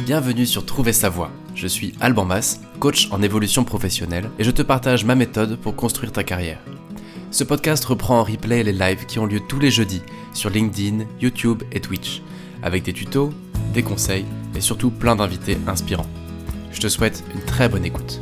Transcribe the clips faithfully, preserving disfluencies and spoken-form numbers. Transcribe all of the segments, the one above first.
Bienvenue sur Trouver sa voie. Je suis Alban Mas, coach en évolution professionnelle et je te partage ma méthode pour construire ta carrière. Ce podcast reprend en replay les lives qui ont lieu tous les jeudis sur LinkedIn, YouTube et Twitch, avec des tutos, des conseils et surtout plein d'invités inspirants. Je te souhaite une très bonne écoute.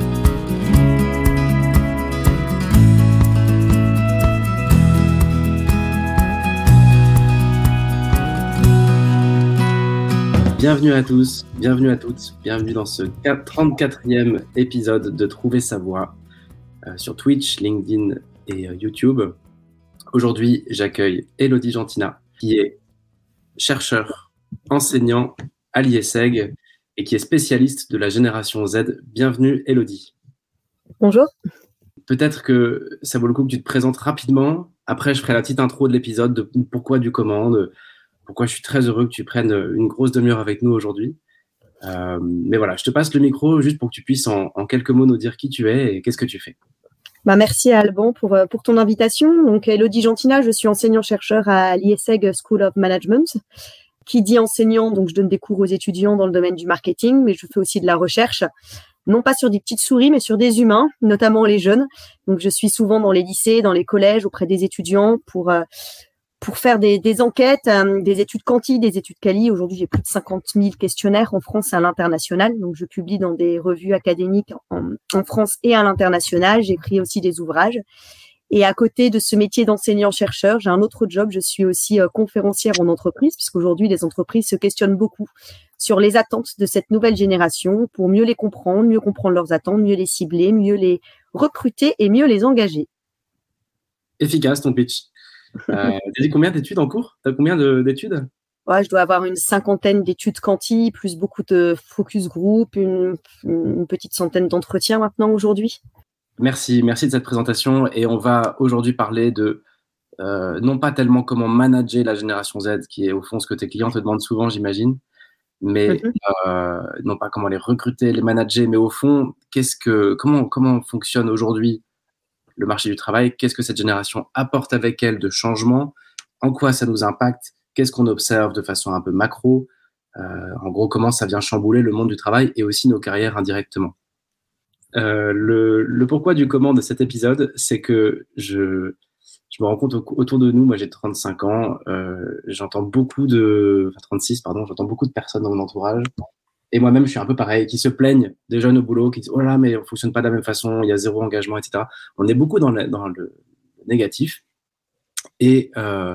Bienvenue à tous, bienvenue à toutes, bienvenue dans ce trente-quatrième épisode de Trouver sa voie euh, sur Twitch, LinkedIn et euh, YouTube. Aujourd'hui, j'accueille Elodie Gentina, qui est chercheur, enseignant à l'I E S E G et qui est spécialiste de la génération Z. Bienvenue Elodie. Bonjour. Peut-être que ça vaut le coup que tu te présentes rapidement. Après, je ferai la petite intro de l'épisode de pourquoi du comment, de pourquoi je suis très heureux que tu prennes une grosse demi-heure avec nous aujourd'hui. Euh, mais voilà, je te passe le micro juste pour que tu puisses en, en quelques mots nous dire qui tu es et qu'est-ce que tu fais. Bah merci Alban pour, pour ton invitation. Donc Elodie Gentina, je suis enseignant-chercheur à l'I E S E G School of Management. Qui dit enseignant, donc je donne des cours aux étudiants dans le domaine du marketing, mais je fais aussi de la recherche, non pas sur des petites souris, mais sur des humains, notamment les jeunes. Donc je suis souvent dans les lycées, dans les collèges, auprès des étudiants pour... Euh, pour faire des, des enquêtes, euh, des études quanti, des études quali. Aujourd'hui, j'ai plus de cinquante mille questionnaires en France et à l'international. Donc, je publie dans des revues académiques en, en France et à l'international. J'écris aussi des ouvrages. Et à côté de ce métier d'enseignant-chercheur, j'ai un autre job. Je suis aussi euh, conférencière en entreprise, puisqu'aujourd'hui, les entreprises se questionnent beaucoup sur les attentes de cette nouvelle génération pour mieux les comprendre, mieux comprendre leurs attentes, mieux les cibler, mieux les recruter et mieux les engager. Efficace, ton pitch. Euh, tu as dit combien d'études en cours? Tu as combien de, d'études? Ouais, je dois avoir une cinquantaine d'études quanti, plus beaucoup de focus group, une, une petite centaine d'entretiens maintenant aujourd'hui. Merci, merci de cette présentation. Et on va aujourd'hui parler de, euh, non pas tellement comment manager la génération Z, qui est au fond ce que tes clients te demandent souvent, j'imagine, mais mm-hmm. euh, non pas comment les recruter, les manager, mais au fond, qu'est-ce que, comment, comment fonctionne aujourd'hui le marché du travail, qu'est-ce que cette génération apporte avec elle de changement, en quoi ça nous impacte, qu'est-ce qu'on observe de façon un peu macro, euh, en gros, comment ça vient chambouler le monde du travail et aussi nos carrières indirectement. Euh, le, le pourquoi du comment de cet épisode, c'est que je, je me rends compte autour de nous, moi j'ai trente-cinq ans, euh, j'entends beaucoup de, enfin trente-six pardon, j'entends beaucoup de personnes dans mon entourage. Et moi-même, je suis un peu pareil, qui se plaignent des jeunes au boulot, qui disent « Oh là, mais on ne fonctionne pas de la même façon, il y a zéro engagement, et cetera » On est beaucoup dans le, dans le négatif. Et, euh,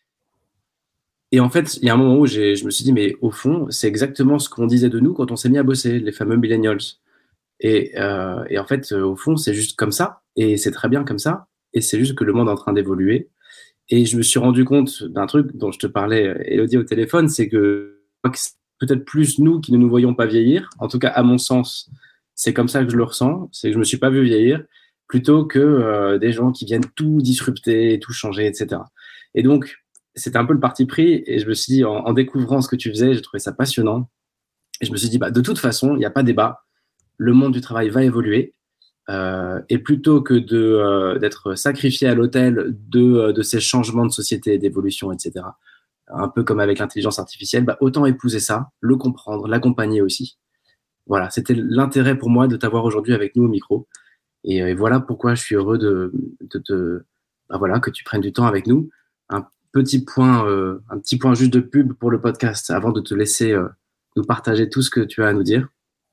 et en fait, il y a un moment où j'ai, je me suis dit « Mais au fond, c'est exactement ce qu'on disait de nous quand on s'est mis à bosser, les fameux millennials. » Et, euh, et en fait, au fond, c'est juste comme ça. Et c'est très bien comme ça. Et c'est juste que le monde est en train d'évoluer. Et je me suis rendu compte d'un truc dont je te parlais, Elodie, au téléphone, c'est que peut-être plus nous qui ne nous voyons pas vieillir. En tout cas, à mon sens, c'est comme ça que je le ressens. C'est que je me suis pas vu vieillir, plutôt que euh, des gens qui viennent tout disrupter, tout changer, et cetera. Et donc, c'était un peu le parti pris. Et je me suis dit, en, en découvrant ce que tu faisais, j'ai trouvé ça passionnant. Et je me suis dit, bah, de toute façon, il n'y a pas débat. Le monde du travail va évoluer. Euh, et plutôt que de, euh, d'être sacrifié à l'autel de, de ces changements de société, d'évolution, et cetera, un peu comme avec l'intelligence artificielle, bah, autant épouser ça, le comprendre, l'accompagner aussi. Voilà, c'était l'intérêt pour moi de t'avoir aujourd'hui avec nous au micro. Et, et voilà pourquoi je suis heureux de, de, de bah voilà, que tu prennes du temps avec nous. Un petit point, euh, un petit point juste de pub pour le podcast avant de te laisser euh, nous partager tout ce que tu as à nous dire.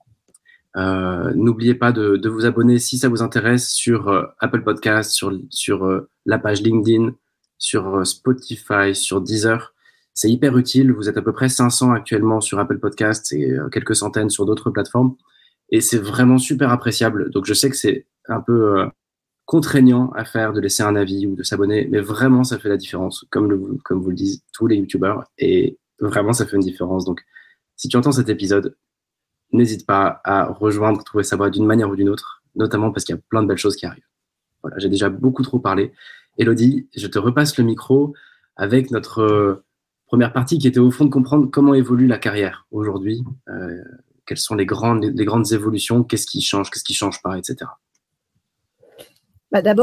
Euh, n'oubliez pas de, de vous abonner si ça vous intéresse sur euh, Apple Podcasts, sur, sur euh, la page LinkedIn, sur euh, Spotify, sur Deezer. C'est hyper utile. Vous êtes à peu près cinq cents actuellement sur Apple Podcasts et euh, quelques centaines sur d'autres plateformes. Et c'est vraiment super appréciable. Donc, je sais que c'est un peu euh, contraignant à faire de laisser un avis ou de s'abonner, mais vraiment, ça fait la différence, comme, le, comme vous le disent tous les YouTubeurs. Et vraiment, ça fait une différence. Donc, si tu entends cet épisode, n'hésite pas à rejoindre Trouver sa voie d'une manière ou d'une autre, notamment parce qu'il y a plein de belles choses qui arrivent. Voilà, j'ai déjà beaucoup trop parlé. Elodie, je te repasse le micro avec notre euh, première partie qui était au fond de comprendre comment évolue la carrière aujourd'hui, euh, quelles sont les grandes, les, les grandes évolutions, qu'est-ce qui change, qu'est-ce qui change pas, et cetera. Bah d'abord,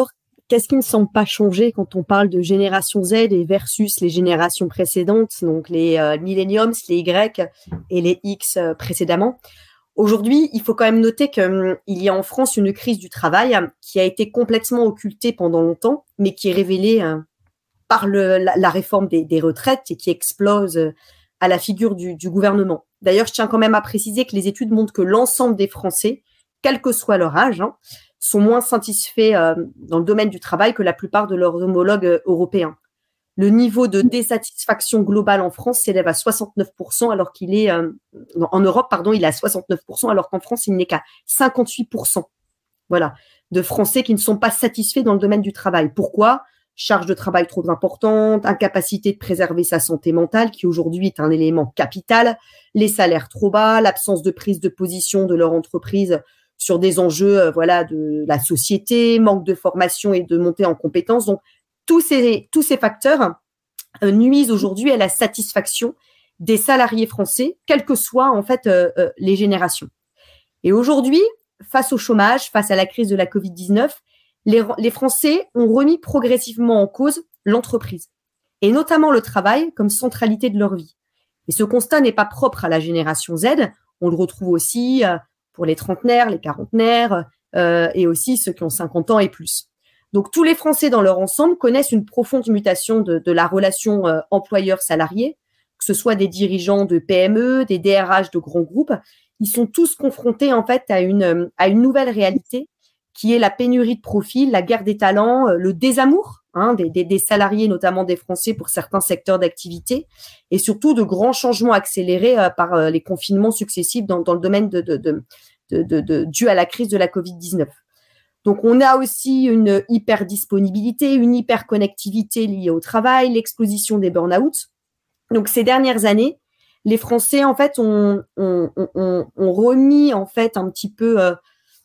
qu'est-ce qui ne semble pas changer quand on parle de génération Z et versus les générations précédentes, donc les euh, millenniums, les Y et les X euh, précédemment. Aujourd'hui, il faut quand même noter qu'il hum, y a en France une crise du travail euh, qui a été complètement occultée pendant longtemps, mais qui est révélée euh, par le, la, la réforme des, des retraites et qui explose euh, à la figure du, du gouvernement. D'ailleurs, je tiens quand même à préciser que les études montrent que l'ensemble des Français, quel que soit leur âge, hein, sont moins satisfaits euh, dans le domaine du travail que la plupart de leurs homologues euh, européens. Le niveau de désatisfaction globale en France s'élève à soixante-neuf pour cent, alors qu'il est euh, en Europe, pardon, il est à soixante-neuf pour cent, alors qu'en France, il n'est qu'à cinquante-huit pour cent. Voilà, de Français qui ne sont pas satisfaits dans le domaine du travail. Pourquoi ? Charge de travail trop importante, incapacité de préserver sa santé mentale, qui aujourd'hui est un élément capital, les salaires trop bas, l'absence de prise de position de leur entreprise sur des enjeux, euh, voilà, de la société, manque de formation et de montée en compétences. Donc, tous ces, tous ces facteurs euh, nuisent aujourd'hui à la satisfaction des salariés français, quelles que soient, en fait, euh, euh, les générations. Et aujourd'hui, face au chômage, face à la crise de la covid dix-neuf, les, les Français ont remis progressivement en cause l'entreprise, et notamment le travail comme centralité de leur vie. Et ce constat n'est pas propre à la génération Z, on le retrouve aussi euh, pour les trentenaires, les quarantenaires, euh, et aussi ceux qui ont cinquante ans et plus. Donc, tous les Français dans leur ensemble connaissent une profonde mutation de, de la relation euh, employeur-salarié, que ce soit des dirigeants de P M E, des D R H de grands groupes. Ils sont tous confrontés en fait à une, à une nouvelle réalité qui est la pénurie de profils, la guerre des talents, le désamour hein, des, des, des salariés, notamment des Français pour certains secteurs d'activité, et surtout de grands changements accélérés euh, par euh, les confinements successifs dans, dans le domaine de, de, de, de, de, de, dû à la crise de la covid dix-neuf. Donc, on a aussi une hyper-disponibilité, une hyper-connectivité liée au travail, l'exposition des burn-out. Donc, ces dernières années, les Français, en fait, ont, ont, ont, ont remis, en fait, un petit peu euh,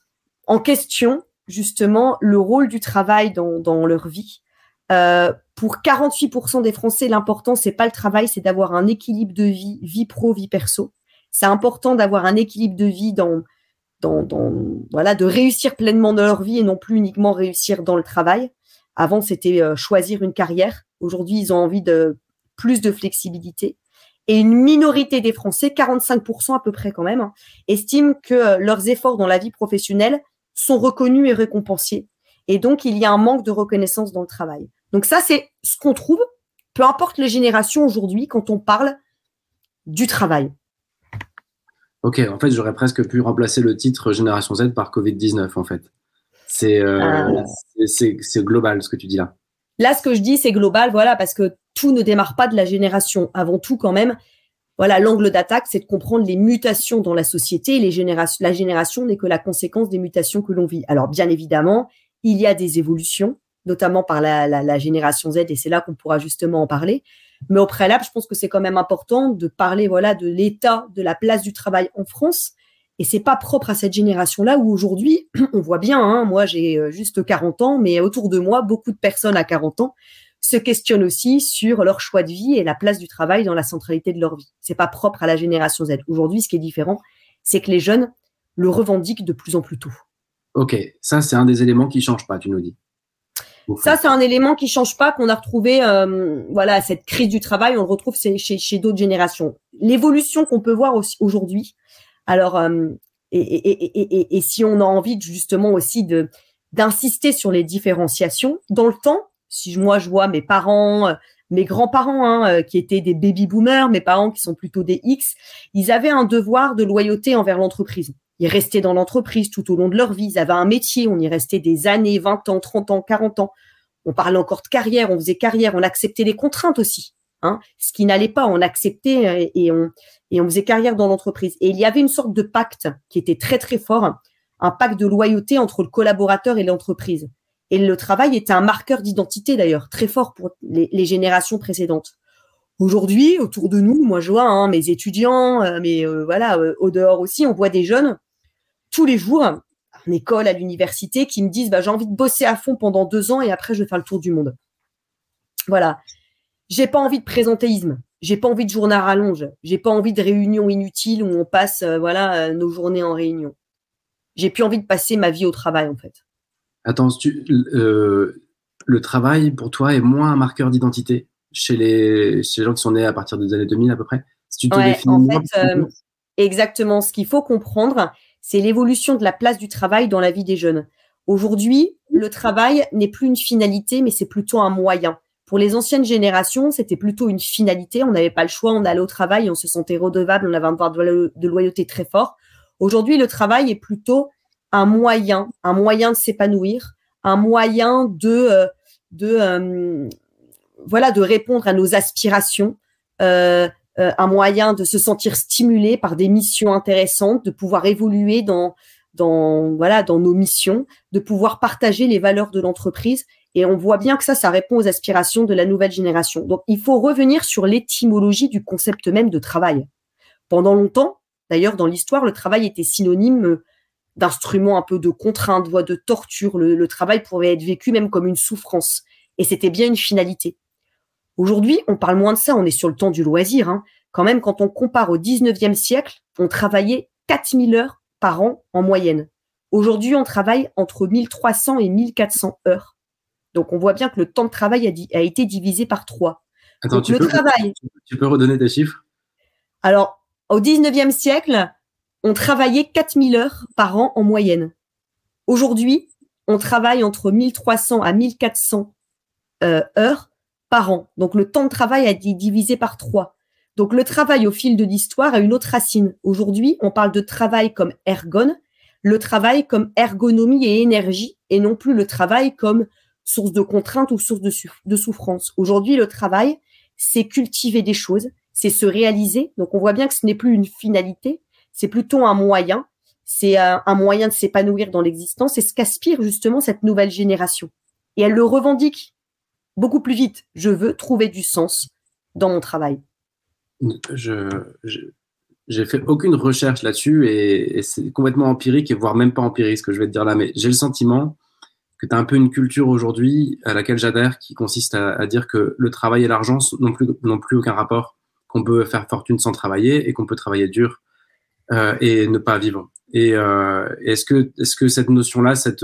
en question, justement, le rôle du travail dans, dans leur vie. Euh, pour quarante-huit pour cent des Français, l'important, c'est pas le travail, c'est d'avoir un équilibre de vie, vie pro, vie perso. C'est important d'avoir un équilibre de vie dans... Dans, dans, voilà, de réussir pleinement dans leur vie et non plus uniquement réussir dans le travail. Avant, c'était euh, choisir une carrière. Aujourd'hui, ils ont envie de plus de flexibilité. Et une minorité des Français, quarante-cinq pour cent à peu près quand même, hein, estiment que euh, leurs efforts dans la vie professionnelle sont reconnus et récompensés. Et donc, il y a un manque de reconnaissance dans le travail. Donc ça, c'est ce qu'on trouve, peu importe les générations aujourd'hui, quand on parle du travail. Ok, en fait, j'aurais presque pu remplacer le titre Génération Z par covid dix-neuf, en fait. C'est, euh, euh... c'est, c'est global, ce que tu dis là. Là, ce que je dis, c'est global, voilà, parce que tout ne démarre pas de la génération. Avant tout, quand même, voilà, l'angle d'attaque, c'est de comprendre les mutations dans la société. Les générations, la génération n'est que la conséquence des mutations que l'on vit. Alors, bien évidemment, il y a des évolutions, notamment par la, la, la génération Z, et c'est là qu'on pourra justement en parler. Mais au préalable, je pense que c'est quand même important de parler, voilà, de l'état de la place du travail en France. Et c'est pas propre à cette génération-là où aujourd'hui, on voit bien, hein, moi j'ai juste quarante ans, mais autour de moi, beaucoup de personnes à quarante ans se questionnent aussi sur leur choix de vie et la place du travail dans la centralité de leur vie. C'est pas propre à la génération Z. Aujourd'hui, ce qui est différent, c'est que les jeunes le revendiquent de plus en plus tôt. Ok, ça c'est un des éléments qui changent pas, tu nous dis. Ça, c'est un élément qui change pas, qu'on a retrouvé, euh, voilà, cette crise du travail, on le retrouve chez, chez, chez d'autres générations. L'évolution qu'on peut voir aussi aujourd'hui, alors, euh, et, et, et, et, et si on a envie justement aussi de d'insister sur les différenciations, dans le temps, si moi je vois mes parents, mes grands-parents, hein, qui étaient des baby-boomers, mes parents qui sont plutôt des X, ils avaient un devoir de loyauté envers l'entreprise. Ils restaient dans l'entreprise tout au long de leur vie. Ils avaient un métier. On y restait des années, vingt ans, trente ans, quarante ans. On parlait encore de carrière. On faisait carrière. On acceptait les contraintes aussi. Hein. Ce qui n'allait pas, on acceptait et on, et on faisait carrière dans l'entreprise. Et il y avait une sorte de pacte qui était très, très fort. Un pacte de loyauté entre le collaborateur et l'entreprise. Et le travail était un marqueur d'identité d'ailleurs, très fort pour les, les générations précédentes. Aujourd'hui, autour de nous, moi je vois hein, mes étudiants, euh, mais euh, voilà, euh, au dehors aussi, on voit des jeunes tous les jours, en école, à l'université, qui me disent bah, « j'ai envie de bosser à fond pendant deux ans et après, je vais faire le tour du monde. » Voilà. J'ai pas envie de présentéisme. J'ai pas envie de journée à rallonge. J'ai pas envie de réunions inutiles où on passe euh, voilà, euh, nos journées en réunion. J'ai plus envie de passer ma vie au travail, en fait. Attends, tu, euh, le travail, pour toi, est moins un marqueur d'identité chez les, chez les gens qui sont nés à partir des années deux mille à peu près? Si tu te ouais, définis en moins, fait, euh, exactement. Ce qu'il faut comprendre, c'est l'évolution de la place du travail dans la vie des jeunes. Aujourd'hui, le travail n'est plus une finalité, mais c'est plutôt un moyen. Pour les anciennes générations, c'était plutôt une finalité. On n'avait pas le choix, on allait au travail, on se sentait redevable, on avait un devoir de loyauté très fort. Aujourd'hui, le travail est plutôt un moyen, un moyen de s'épanouir, un moyen de, euh, de euh, voilà, de répondre à nos aspirations, euh, euh, un moyen de se sentir stimulé par des missions intéressantes, de pouvoir évoluer dans, dans, voilà, dans nos missions, de pouvoir partager les valeurs de l'entreprise. Et on voit bien que ça, ça répond aux aspirations de la nouvelle génération. Donc, il faut revenir sur l'étymologie du concept même de travail. Pendant longtemps, d'ailleurs, dans l'histoire, le travail était synonyme d'instrument un peu de contrainte, voire de torture. Le, le travail pouvait être vécu même comme une souffrance. Et c'était bien une finalité. Aujourd'hui, on parle moins de ça, on est sur le temps du loisir. Hein. Quand même, quand on compare au dix-neuvième siècle, on travaillait quatre mille heures par an en moyenne. Aujourd'hui, on travaille entre mille trois cents et mille quatre cents heures. Donc, on voit bien que le temps de travail a, di- a été divisé par trois. Attends, Donc, tu, le peux, travail, tu peux redonner tes chiffres? Alors, au dix-neuvième siècle, on travaillait quatre mille heures par an en moyenne. Aujourd'hui, on travaille entre mille trois cents à mille quatre cents euh, heures par an. Donc, le temps de travail a été divisé par trois. Donc, le travail au fil de l'histoire a une autre racine. Aujourd'hui, on parle de travail comme ergon, le travail comme ergonomie et énergie, et non plus le travail comme source de contrainte ou source de, suff- de souffrance. Aujourd'hui, le travail, c'est cultiver des choses, c'est se réaliser. Donc, on voit bien que ce n'est plus une finalité, c'est plutôt un moyen. C'est un, un moyen de s'épanouir dans l'existence. C'est ce qu'aspire justement cette nouvelle génération. Et elle le revendique beaucoup plus vite. Je veux trouver du sens dans mon travail. Je, je, j'ai fait aucune recherche là-dessus et, et c'est complètement empirique et voire même pas empirique ce que je vais te dire là, mais j'ai le sentiment que tu as un peu une culture aujourd'hui à laquelle j'adhère qui consiste à, à dire que le travail et l'argent n'ont plus, n'ont plus aucun rapport, qu'on peut faire fortune sans travailler et qu'on peut travailler dur euh, et ne pas vivre. Et euh, est-ce que, est-ce que cette notion-là, cette,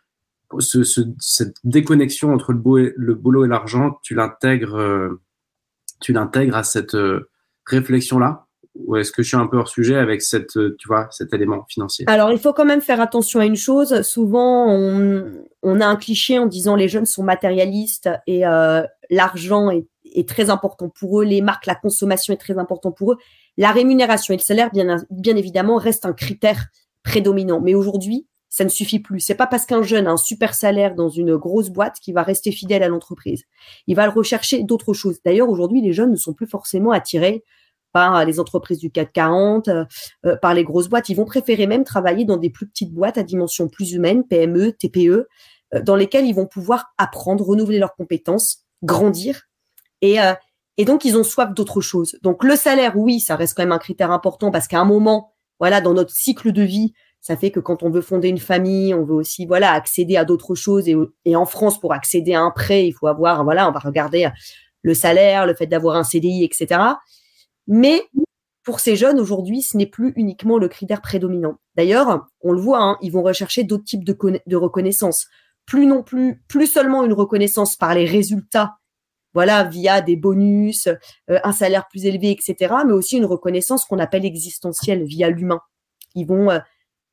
ce, ce, cette déconnexion entre le, beau et, le boulot et l'argent, tu l'intègres, euh, tu l'intègres à cette euh, réflexion-là? Ou est-ce que je suis un peu hors sujet avec cette, tu vois, cet élément financier? Alors, il faut quand même faire attention à une chose. Souvent, on, on a un cliché en disant les jeunes sont matérialistes et euh, l'argent est, est très important pour eux. Les marques, la consommation est très important pour eux. La rémunération et le salaire, bien, bien évidemment, restent un critère prédominant. Mais aujourd'hui, ça ne suffit plus. C'est pas parce qu'un jeune a un super salaire dans une grosse boîte qu'il va rester fidèle à l'entreprise. Il va le rechercher d'autres choses. D'ailleurs, aujourd'hui, les jeunes ne sont plus forcément attirés par les entreprises du C A C quarante, euh, par les grosses boîtes. Ils vont préférer même travailler dans des plus petites boîtes à dimension plus humaine, P M E, T P E, euh, dans lesquelles ils vont pouvoir apprendre, renouveler leurs compétences, grandir. Et, euh, et donc, ils ont soif d'autre chose. Donc, le salaire, oui, ça reste quand même un critère important parce qu'à un moment, voilà, dans notre cycle de vie, ça fait que quand on veut fonder une famille, on veut aussi, voilà, accéder à d'autres choses. Et, et en France, pour accéder à un prêt, il faut avoir, voilà, on va regarder le salaire, le fait d'avoir un C D I, et cetera. Mais pour ces jeunes, aujourd'hui, ce n'est plus uniquement le critère prédominant. D'ailleurs, on le voit, hein, ils vont rechercher d'autres types de, conna- de reconnaissance. Plus non plus, plus seulement une reconnaissance par les résultats, voilà, via des bonus, euh, un salaire plus élevé, et cetera, mais aussi une reconnaissance qu'on appelle existentielle via l'humain. Ils vont, euh,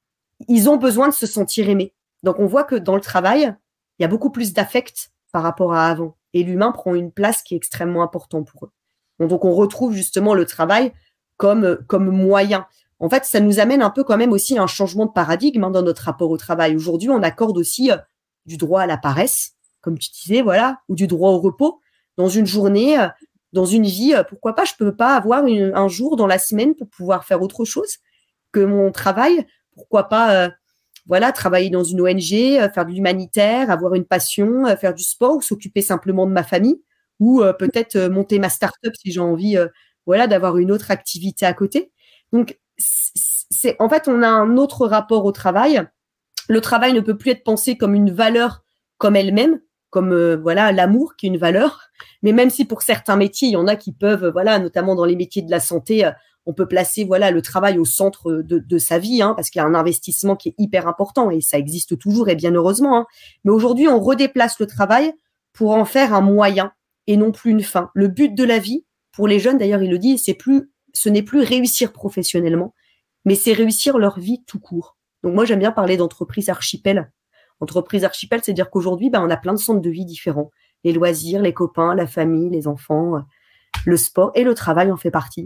ils ont besoin de se sentir aimés. Donc, on voit que dans le travail, il y a beaucoup plus d'affect par rapport à avant. Et l'humain prend une place qui est extrêmement importante pour eux. Donc, on retrouve justement le travail comme, comme moyen. En fait, ça nous amène un peu quand même aussi à un changement de paradigme hein, dans notre rapport au travail. Aujourd'hui, on accorde aussi euh, du droit à la paresse, comme tu disais, voilà, ou du droit au repos. Dans une journée, euh, dans une vie, euh, pourquoi pas, je peux pas avoir une, un jour dans la semaine pour pouvoir faire autre chose que mon travail. Pourquoi pas, euh, voilà, travailler dans une O N G, euh, faire de l'humanitaire, avoir une passion, euh, faire du sport ou s'occuper simplement de ma famille. Ou euh, peut-être euh, monter ma start-up si j'ai envie euh, voilà, d'avoir une autre activité à côté. Donc, c'est, en fait, on a un autre rapport au travail. Le travail ne peut plus être pensé comme une valeur comme elle-même, comme euh, voilà l'amour qui est une valeur. Mais même si pour certains métiers, il y en a qui peuvent, voilà, notamment dans les métiers de la santé, euh, on peut placer voilà le travail au centre de, de sa vie, hein, parce qu'il y a un investissement qui est hyper important et ça existe toujours et bien heureusement. Hein. Mais aujourd'hui, on redéplace le travail pour en faire un moyen et non plus une fin. Le but de la vie, pour les jeunes, d'ailleurs, il le dit, c'est plus, ce n'est plus réussir professionnellement, mais c'est réussir leur vie tout court. Donc moi, j'aime bien parler d'entreprise archipel. Entreprise archipel, c'est-à-dire qu'aujourd'hui, ben, on a plein de centres de vie différents. Les loisirs, les copains, la famille, les enfants, le sport et le travail en fait partie.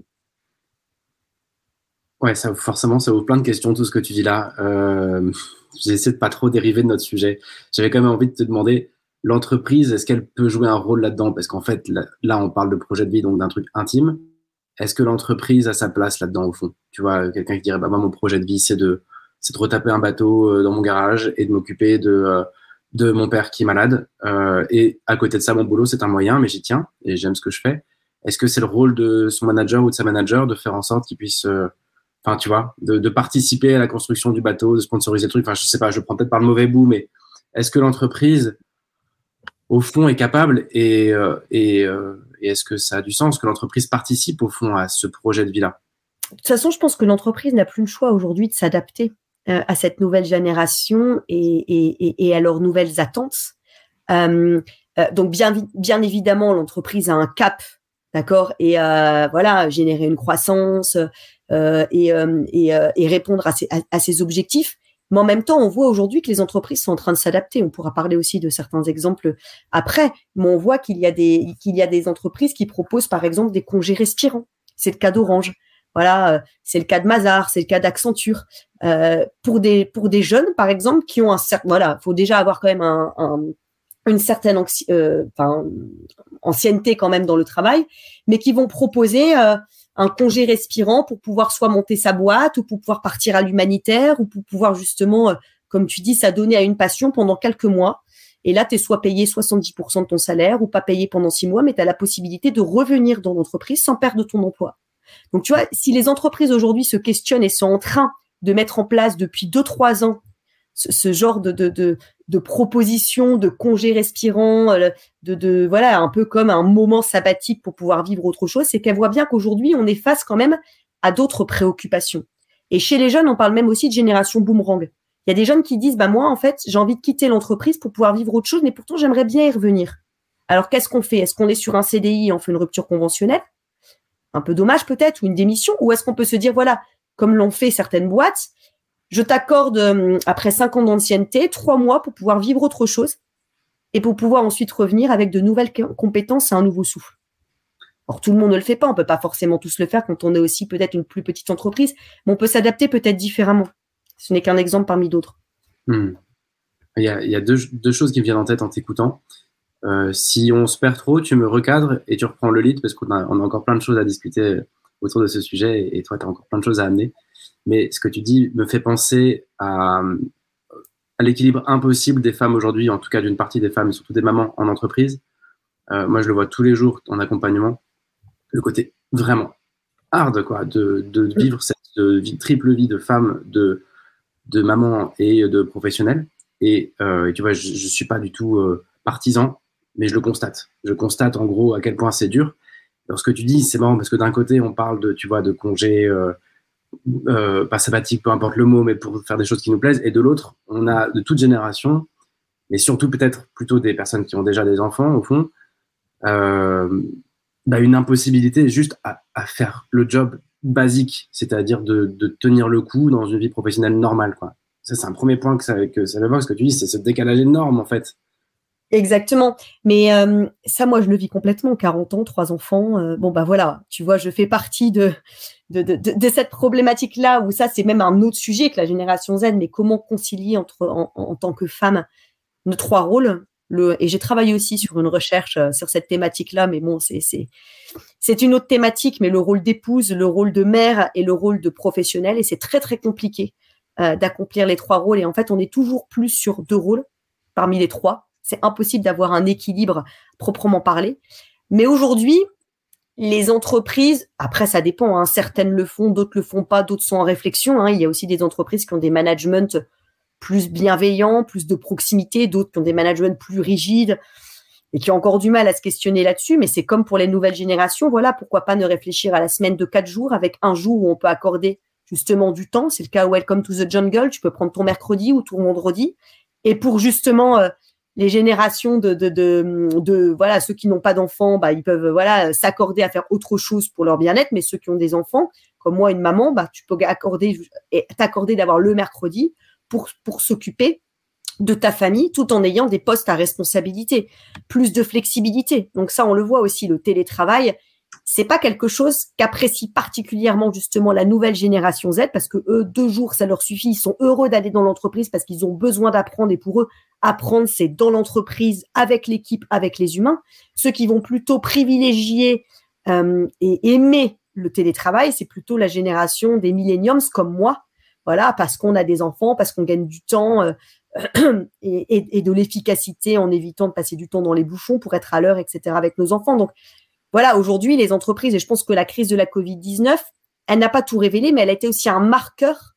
Ouais, ça, forcément, ça ouvre plein de questions, tout ce que tu dis là. Euh, j'essaie de pas trop dériver de notre sujet. J'avais quand même envie de te demander, l'entreprise, est-ce qu'elle peut jouer un rôle là-dedans? Parce qu'en fait, là, là, on parle de projet de vie, donc d'un truc intime. Est-ce que l'entreprise a sa place là-dedans, au fond? Tu vois, quelqu'un qui dirait, bah, moi, mon projet de vie, c'est de, c'est de retaper un bateau dans mon garage et de m'occuper de, euh, de mon père qui est malade. Euh, et à côté de ça, mon boulot, c'est un moyen, mais j'y tiens et j'aime ce que je fais. Est-ce que c'est le rôle de son manager ou de sa manager de faire en sorte qu'il puisse, euh, enfin, tu vois, de, de participer à la construction du bateau, de sponsoriser le truc? Enfin, je sais pas, je prends peut-être par le mauvais bout, mais est-ce que l'entreprise, au fond, est capable et, euh, et, euh, et est-ce que ça a du sens que l'entreprise participe, au fond, à ce projet de vie-là? De toute façon, je pense que l'entreprise n'a plus le choix aujourd'hui de s'adapter euh, à cette nouvelle génération et, et, et, et à leurs nouvelles attentes. Euh, euh, donc, bien, bien évidemment, l'entreprise a un cap, d'accord, et euh, voilà, générer une croissance euh, et, euh, et, euh, et répondre à ses, à, à ses objectifs. Mais en même temps, on voit aujourd'hui que les entreprises sont en train de s'adapter. On pourra parler aussi de certains exemples après, mais on voit qu'il y a des, qu'il y a des entreprises qui proposent, par exemple, des congés respirants. C'est le cas d'Orange. Voilà, c'est le cas de Mazars, c'est le cas d'Accenture. Euh, pour des pour des jeunes, par exemple, qui ont un certain, voilà, faut déjà avoir quand même un, un une certaine anxi- euh, enfin, ancienneté quand même dans le travail, mais qui vont proposer euh, un congé respirant pour pouvoir soit monter sa boîte ou pour pouvoir partir à l'humanitaire ou pour pouvoir justement, euh, comme tu dis, s'adonner à une passion pendant quelques mois. Et là, tu es soit payé soixante-dix pour cent de ton salaire ou pas payé pendant six mois, mais tu as la possibilité de revenir dans l'entreprise sans perdre ton emploi. Donc, tu vois, si les entreprises aujourd'hui se questionnent et sont en train de mettre en place depuis deux, trois ans ce, ce genre de, de, de, de propositions, de congés respirants, de, de, voilà, un peu comme un moment sabbatique pour pouvoir vivre autre chose, c'est qu'elles voient bien qu'aujourd'hui, on est face quand même à d'autres préoccupations. Et chez les jeunes, on parle même aussi de génération boomerang. Il y a des jeunes qui disent, bah, moi, en fait, j'ai envie de quitter l'entreprise pour pouvoir vivre autre chose, mais pourtant, j'aimerais bien y revenir. Alors, qu'est-ce qu'on fait? Est-ce qu'on est sur un C D I et on fait une rupture conventionnelle? Un peu dommage peut-être, ou une démission, ou est-ce qu'on peut se dire, voilà, comme l'ont fait certaines boîtes, je t'accorde, euh, après cinq ans d'ancienneté, trois mois pour pouvoir vivre autre chose et pour pouvoir ensuite revenir avec de nouvelles compétences et un nouveau souffle. Or, tout le monde ne le fait pas, on peut pas forcément tous le faire quand on est aussi peut-être une plus petite entreprise, mais on peut s'adapter peut-être différemment. Ce n'est qu'un exemple parmi d'autres. Hmm. Il y a, il y a deux, deux choses qui me viennent en tête en t'écoutant. Euh, si on se perd trop, tu me recadres et tu reprends le lead parce qu'on a, on a encore plein de choses à discuter autour de ce sujet et, et toi, tu as encore plein de choses à amener. Mais ce que tu dis me fait penser à, à l'équilibre impossible des femmes aujourd'hui, en tout cas d'une partie des femmes, et surtout des mamans en entreprise. Euh, moi, je le vois tous les jours en accompagnement. Le côté vraiment hard, quoi, de, de vivre cette de, de, triple vie de femme, de, de maman et de professionnelle. Et, euh, et tu vois, je ne suis pas du tout euh, partisan, mais je le constate. Je constate en gros à quel point c'est dur. Alors, ce que tu dis, c'est marrant parce que d'un côté, on parle de, tu vois, de congés, euh, euh, pas sabbatiques, peu importe le mot, mais pour faire des choses qui nous plaisent. Et de l'autre, on a de toute génération, mais surtout peut-être plutôt des personnes qui ont déjà des enfants, au fond, euh, bah, une impossibilité juste à, à faire le job basique, c'est-à-dire de, de tenir le coup dans une vie professionnelle normale, quoi. Ça, c'est un premier point que ça, que ça veut voir, ce que tu dis, c'est ce décalage énorme, en fait. Exactement. Mais euh, ça, moi, je le vis complètement. quarante ans, trois enfants. Euh, bon, bah voilà, tu vois, je fais partie de, de, de, de, de cette problématique-là où ça, c'est même un autre sujet que la génération Z, mais comment concilier entre, en, en, en tant que femme nos trois rôles. Le, et j'ai travaillé aussi sur une recherche euh, sur cette thématique-là, mais bon, c'est, c'est, c'est une autre thématique, mais le rôle d'épouse, le rôle de mère et le rôle de professionnelle. Et c'est très, très compliqué euh, d'accomplir les trois rôles. Et en fait, on est toujours plus sur deux rôles parmi les trois. C'est impossible d'avoir un équilibre proprement parlé. Mais aujourd'hui, les entreprises, après ça dépend, hein, certaines le font, d'autres le font pas, d'autres sont en réflexion. Hein. Il y a aussi des entreprises qui ont des managements plus bienveillants, plus de proximité, d'autres qui ont des managements plus rigides et qui ont encore du mal à se questionner là-dessus. Mais c'est comme pour les nouvelles générations, voilà, pourquoi pas ne réfléchir à la semaine de quatre jours avec un jour où on peut accorder justement du temps. C'est le cas Welcome to the Jungle, tu peux prendre ton mercredi ou ton vendredi. Et pour justement... Euh, les générations de, de, de, de voilà, ceux qui n'ont pas d'enfants, bah, ils peuvent voilà s'accorder à faire autre chose pour leur bien-être, mais ceux qui ont des enfants, comme moi, une maman, bah, tu peux accorder et t'accorder d'avoir le mercredi pour pour s'occuper de ta famille, tout en ayant des postes à responsabilité, plus de flexibilité. Donc ça, on le voit aussi, le télétravail, c'est pas quelque chose qu'apprécie particulièrement justement la nouvelle génération Z, parce que eux, deux jours, ça leur suffit. Ils sont heureux d'aller dans l'entreprise parce qu'ils ont besoin d'apprendre, et pour eux, apprendre, c'est dans l'entreprise, avec l'équipe, avec les humains. Ceux qui vont plutôt privilégier euh, et aimer le télétravail, c'est plutôt la génération des millenniums comme moi, voilà, parce qu'on a des enfants, parce qu'on gagne du temps euh, et, et, et de l'efficacité en évitant de passer du temps dans les bouchons pour être à l'heure, et cetera avec nos enfants. Donc, voilà, aujourd'hui, les entreprises, et je pense que la crise de la covid dix-neuf, elle n'a pas tout révélé, mais elle a été aussi un marqueur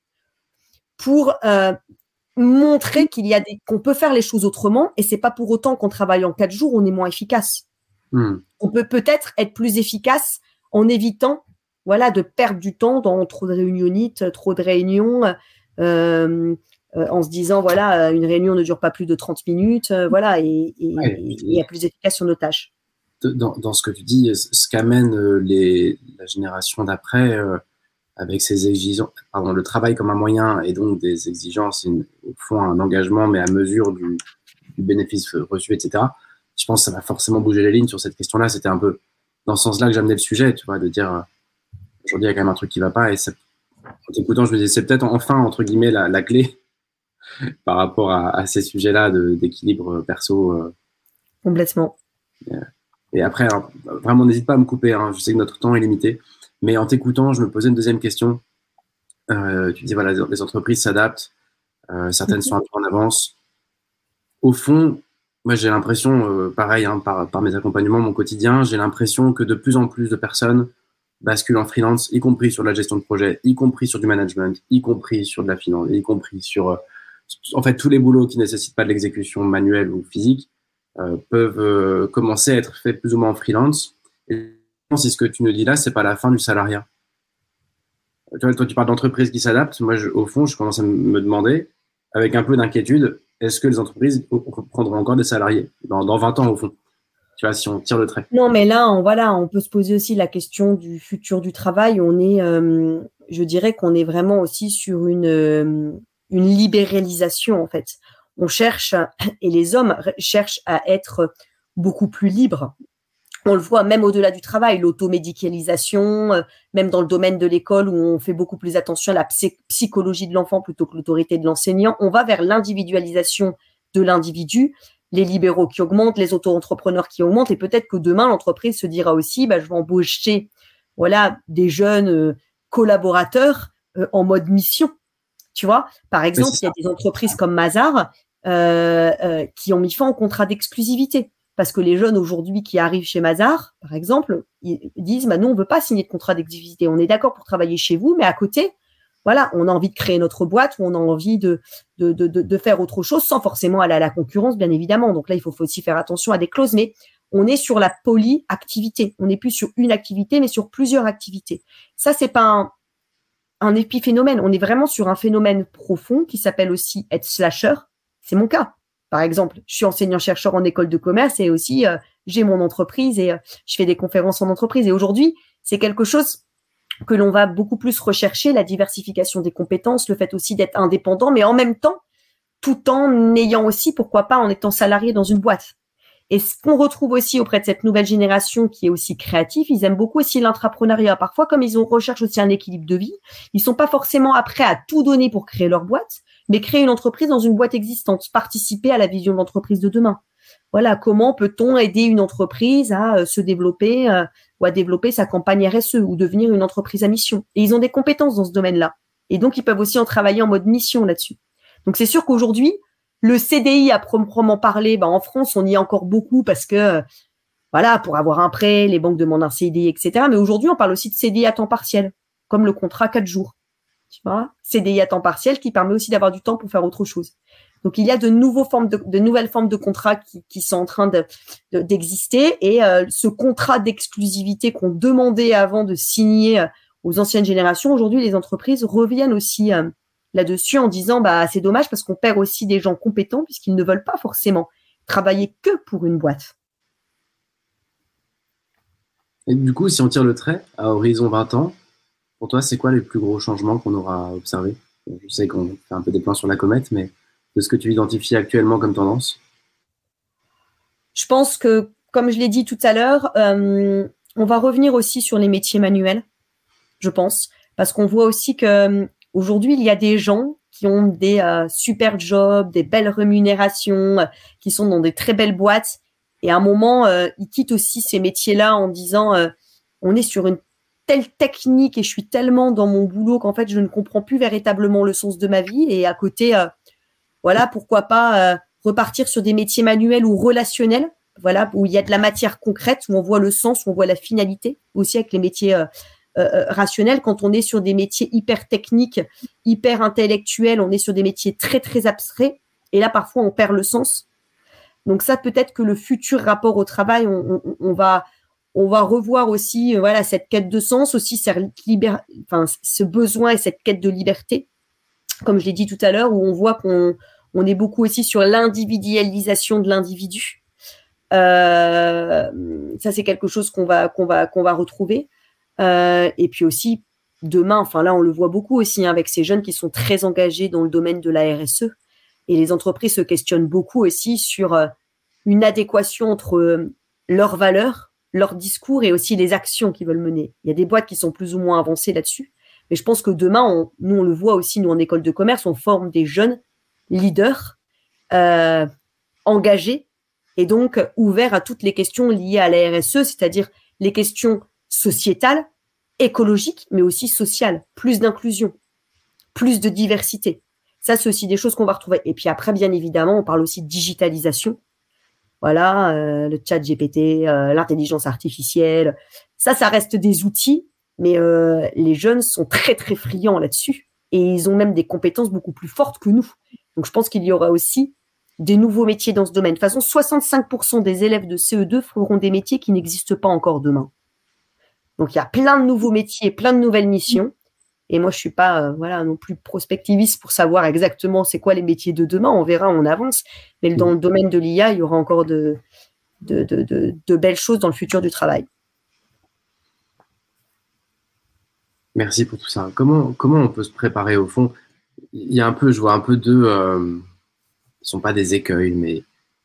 pour euh, montrer qu'il y a des, qu'on peut faire les choses autrement, et c'est pas pour autant qu'en travaillant quatre jours, on est moins efficace. Mmh. On peut peut-être être plus efficace en évitant, voilà, de perdre du temps dans trop de réunionites, trop de réunions, euh, euh, en se disant, voilà, une réunion ne dure pas plus de trente minutes, euh, voilà, et, et, ouais, et, et être plus efficace sur nos tâches. Dans, dans ce que tu dis, ce qu'amène les, la génération d'après, euh, avec ses exigences, pardon, le travail comme un moyen et donc des exigences, une, au fond un engagement, mais à mesure du, du bénéfice reçu, et cetera. Je pense que ça va forcément bouger les lignes sur cette question-là. C'était un peu dans ce sens-là que j'amenais le sujet, tu vois, de dire euh, aujourd'hui il y a quand même un truc qui va pas. Et ça, en t'écoutant, je me disais c'est peut-être enfin entre guillemets la, la clé par rapport à, à ces sujets-là de, d'équilibre perso. Euh, Complètement. Euh, Et après, alors, vraiment, n'hésite pas à me couper. Hein, je sais que notre temps est limité. Mais en t'écoutant, je me posais une deuxième question. Euh, tu dis, voilà, les entreprises s'adaptent. Euh, certaines sont un peu en avance. Au fond, moi, j'ai l'impression, euh, pareil, hein, par, par mes accompagnements, mon quotidien, j'ai l'impression que de plus en plus de personnes basculent en freelance, y compris sur la gestion de projet, y compris sur du management, y compris sur de la finance, y compris sur, euh, en fait, tous les boulots qui nécessitent pas de l'exécution manuelle ou physique. Euh, peuvent euh, commencer à être faits plus ou moins en freelance. Et si ce que tu nous dis là, c'est pas la fin du salariat. Tu vois, toi, tu parles d'entreprises qui s'adaptent. Moi, je, au fond, je commence à me demander, avec un peu d'inquiétude, est-ce que les entreprises prendront encore des salariés dans, dans vingt ans, au fond? Tu vois, si on tire le trait. Non, mais là, on, voilà, on peut se poser aussi la question du futur du travail. On est, euh, je dirais qu'on est vraiment aussi sur une, euh, une libéralisation, en fait. On cherche, et les hommes cherchent à être beaucoup plus libres. On le voit même au-delà du travail, l'automédicalisation, euh, même dans le domaine de l'école où on fait beaucoup plus attention à la psy- psychologie de l'enfant plutôt que l'autorité de l'enseignant. On va vers l'individualisation de l'individu, les libéraux qui augmentent, les auto-entrepreneurs qui augmentent, et peut-être que demain, l'entreprise se dira aussi, bah, je vais embaucher voilà, des jeunes euh, collaborateurs euh, en mode mission. Tu vois, par exemple, il y a des entreprises comme Mazars euh, euh, qui ont mis fin au contrat d'exclusivité. Parce que les jeunes aujourd'hui qui arrivent chez Mazars, par exemple, ils disent bah, « nous, on ne veut pas signer de contrat d'exclusivité. On est d'accord pour travailler chez vous, mais à côté, voilà, on a envie de créer notre boîte ou on a envie de, de, de, de faire autre chose sans forcément aller à la concurrence, bien évidemment. Donc là, il faut, faut aussi faire attention à des clauses, mais on est sur la polyactivité. On n'est plus sur une activité, mais sur plusieurs activités. Ça, c'est pas un, un épiphénomène. On est vraiment sur un phénomène profond qui s'appelle aussi être slasher. C'est mon cas. Par exemple, je suis enseignant-chercheur en école de commerce et aussi euh, j'ai mon entreprise et euh, je fais des conférences en entreprise. Et aujourd'hui, c'est quelque chose que l'on va beaucoup plus rechercher, la diversification des compétences, le fait aussi d'être indépendant, mais en même temps, tout en ayant aussi, pourquoi pas, en étant salarié dans une boîte. Et ce qu'on retrouve aussi auprès de cette nouvelle génération qui est aussi créative, ils aiment beaucoup aussi l'entrepreneuriat. Parfois, comme ils ont recherchent aussi un équilibre de vie, ils sont pas forcément prêts à tout donner pour créer leur boîte, mais créer une entreprise dans une boîte existante, participer à la vision de l'entreprise de demain. Voilà, comment peut-on aider une entreprise à euh, se développer euh, ou à développer sa campagne R S E ou devenir une entreprise à mission. Et ils ont des compétences dans ce domaine-là. Et donc, ils peuvent aussi en travailler en mode mission là-dessus. Donc, c'est sûr qu'aujourd'hui, le C D I à proprement parler, ben, en France, on y est encore beaucoup parce que, euh, voilà, pour avoir un prêt, les banques demandent un C D I, et cetera. Mais aujourd'hui, on parle aussi de C D I à temps partiel, comme le contrat quatre jours. Tu vois, C D I à temps partiel qui permet aussi d'avoir du temps pour faire autre chose. Donc, il y a de, nouveaux formes de, de nouvelles formes de contrats qui, qui sont en train de, de, d'exister. Et euh, ce contrat d'exclusivité qu'on demandait avant de signer euh, aux anciennes générations, aujourd'hui, les entreprises reviennent aussi euh, là-dessus en disant bah c'est dommage parce qu'on perd aussi des gens compétents puisqu'ils ne veulent pas forcément travailler que pour une boîte. Et du coup, si on tire le trait à horizon vingt ans, pour toi, c'est quoi les plus gros changements qu'on aura observés? Je sais qu'on fait un peu des plans sur la comète, mais de ce que tu identifies actuellement comme tendance? Je pense que, comme je l'ai dit tout à l'heure, euh, on va revenir aussi sur les métiers manuels, je pense, parce qu'on voit aussi que aujourd'hui, il y a des gens qui ont des euh, super jobs, des belles rémunérations, euh, qui sont dans des très belles boîtes. Et à un moment, euh, ils quittent aussi ces métiers-là en disant euh, on est sur une telle technique et je suis tellement dans mon boulot qu'en fait, je ne comprends plus véritablement le sens de ma vie. Et à côté, euh, voilà, pourquoi pas euh, repartir sur des métiers manuels ou relationnels, voilà, où il y a de la matière concrète, où on voit le sens, où on voit la finalité, aussi avec les métiers euh, euh, rationnels. Quand on est sur des métiers hyper techniques, hyper intellectuels, on est sur des métiers très, très abstraits. Et là, parfois, on perd le sens. Donc ça, peut-être que le futur rapport au travail, on, on, on va... On va revoir aussi, euh, voilà, cette quête de sens, aussi cette libér... enfin, ce besoin et cette quête de liberté, comme je l'ai dit tout à l'heure, où on voit qu'on on est beaucoup aussi sur l'individualisation de l'individu. Euh, ça, c'est quelque chose qu'on va qu'on va qu'on va retrouver. Euh, et puis aussi demain, enfin là, on le voit beaucoup aussi hein, avec ces jeunes qui sont très engagés dans le domaine de la R S E. Et les entreprises se questionnent beaucoup aussi sur euh, une adéquation entre euh, leurs valeurs, leur discours et aussi les actions qu'ils veulent mener. Il y a des boîtes qui sont plus ou moins avancées là-dessus. Mais je pense que demain, on, nous, on le voit aussi, nous, en école de commerce, on forme des jeunes leaders euh, engagés et donc ouverts à toutes les questions liées à la R S E, c'est-à-dire les questions sociétales, écologiques, mais aussi sociales. Plus d'inclusion, plus de diversité. Ça, c'est aussi des choses qu'on va retrouver. Et puis après, bien évidemment, on parle aussi de digitalisation. Voilà, euh, le chat G P T, euh, l'intelligence artificielle, ça, ça reste des outils, mais euh, les jeunes sont très, très friands là-dessus et ils ont même des compétences beaucoup plus fortes que nous. Donc, je pense qu'il y aura aussi des nouveaux métiers dans ce domaine. De toute façon, soixante-cinq pour cent des élèves de C E deux feront des métiers qui n'existent pas encore demain. Donc, il y a plein de nouveaux métiers, plein de nouvelles missions. Et moi, je suis pas euh, voilà non plus prospectiviste pour savoir exactement c'est quoi les métiers de demain. On verra, on avance. Mais dans le domaine de l'I A, il y aura encore de, de, de, de, de belles choses dans le futur du travail. Merci pour tout ça. Comment, comment on peut se préparer au fond? Il y a un peu, je vois un peu deux, euh, ce ne sont pas des écueils, mais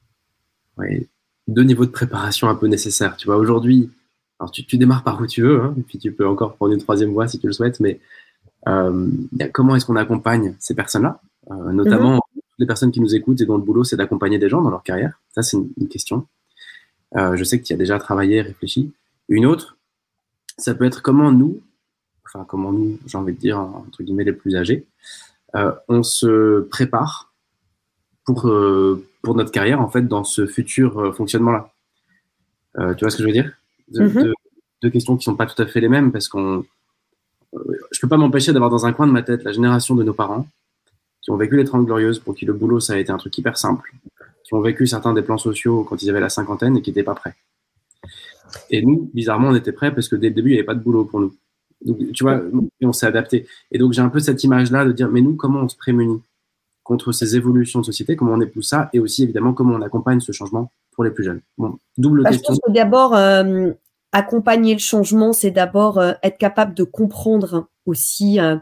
ouais, deux niveaux de préparation un peu nécessaires. Tu vois, aujourd'hui, alors tu, tu démarres par où tu veux, hein, et puis tu peux encore prendre une troisième voie si tu le souhaites, mais euh, comment est-ce qu'on accompagne ces personnes-là, euh, notamment mm-hmm. les personnes qui nous écoutent et dont le boulot c'est d'accompagner des gens dans leur carrière. Ça, c'est une, une question. Euh, je sais que tu as déjà travaillé, réfléchi. Une autre, ça peut être comment nous, enfin comment nous, j'ai envie de dire, entre guillemets, les plus âgés, euh, on se prépare pour, euh, pour notre carrière, en fait, dans ce futur euh, fonctionnement-là. Euh, tu vois ce que je veux dire? de, mm-hmm. de, Deux questions qui ne sont pas tout à fait les mêmes, parce qu'on je ne peux pas m'empêcher d'avoir dans un coin de ma tête la génération de nos parents qui ont vécu les Trente Glorieuses, pour qui le boulot, ça a été un truc hyper simple, qui ont vécu certains des plans sociaux quand ils avaient la cinquantaine et qui n'étaient pas prêts. Et nous, bizarrement, on était prêts parce que dès le début, il n'y avait pas de boulot pour nous. Donc, tu vois, on s'est adapté. Et donc, j'ai un peu cette image-là de dire, mais nous, comment on se prémunit contre ces évolutions de société, comment on épouse ça, et aussi, évidemment, comment on accompagne ce changement pour les plus jeunes. Bon, double bah, question. Je pense que d'abord, euh, accompagner le changement, c'est d'abord euh, être capable de comprendre aussi euh,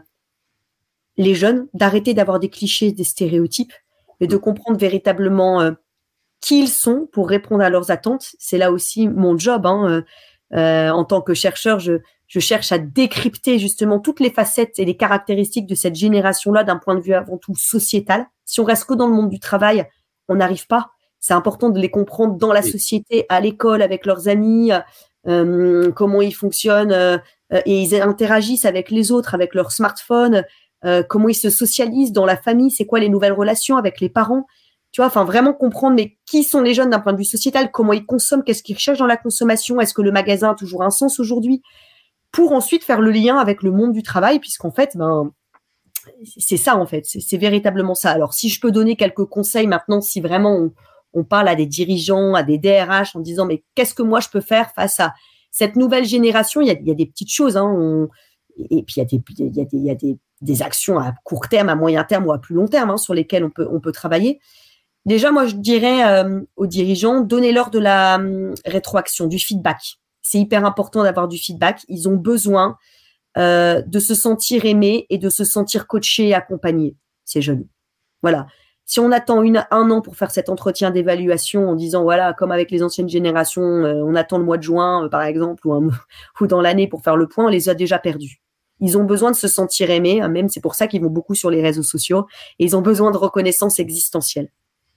les jeunes, d'arrêter d'avoir des clichés, des stéréotypes, et de comprendre véritablement euh, qui ils sont pour répondre à leurs attentes. C'est là aussi mon job. Hein, euh, en tant que chercheur, je, je cherche à décrypter justement toutes les facettes et les caractéristiques de cette génération-là d'un point de vue avant tout sociétal. Si on reste que dans le monde du travail, on n'arrive pas. C'est important de les comprendre dans la société, à l'école, avec leurs amis, euh, comment ils fonctionnent euh, et ils interagissent avec les autres, avec leur smartphone, euh, comment ils se socialisent dans la famille, c'est quoi les nouvelles relations avec les parents. Tu vois, enfin vraiment comprendre mais qui sont les jeunes d'un point de vue sociétal, comment ils consomment, qu'est-ce qu'ils recherchent dans la consommation, est-ce que le magasin a toujours un sens aujourd'hui, pour ensuite faire le lien avec le monde du travail, puisqu'en fait, ben c'est ça en fait, c'est, c'est véritablement ça. Alors si je peux donner quelques conseils maintenant, si vraiment on, on parle à des dirigeants, à des D R H en disant mais qu'est-ce que moi je peux faire face à cette nouvelle génération, il y a, il y a des petites choses, hein, on, et puis il y a des, il y a des, il y a des, des actions à court terme, à moyen terme ou à plus long terme hein, sur lesquelles on peut, on peut travailler. Déjà, moi, je dirais euh, aux dirigeants, donnez-leur de la euh, rétroaction, du feedback. C'est hyper important d'avoir du feedback. Ils ont besoin euh, de se sentir aimés et de se sentir coachés et accompagnés, ces jeunes. Voilà. Si on attend une, un an pour faire cet entretien d'évaluation en disant, voilà, comme avec les anciennes générations, euh, on attend le mois de juin, euh, par exemple, ou, un, ou dans l'année pour faire le point, on les a déjà perdus. Ils ont besoin de se sentir aimés, hein, même c'est pour ça qu'ils vont beaucoup sur les réseaux sociaux, et ils ont besoin de reconnaissance existentielle.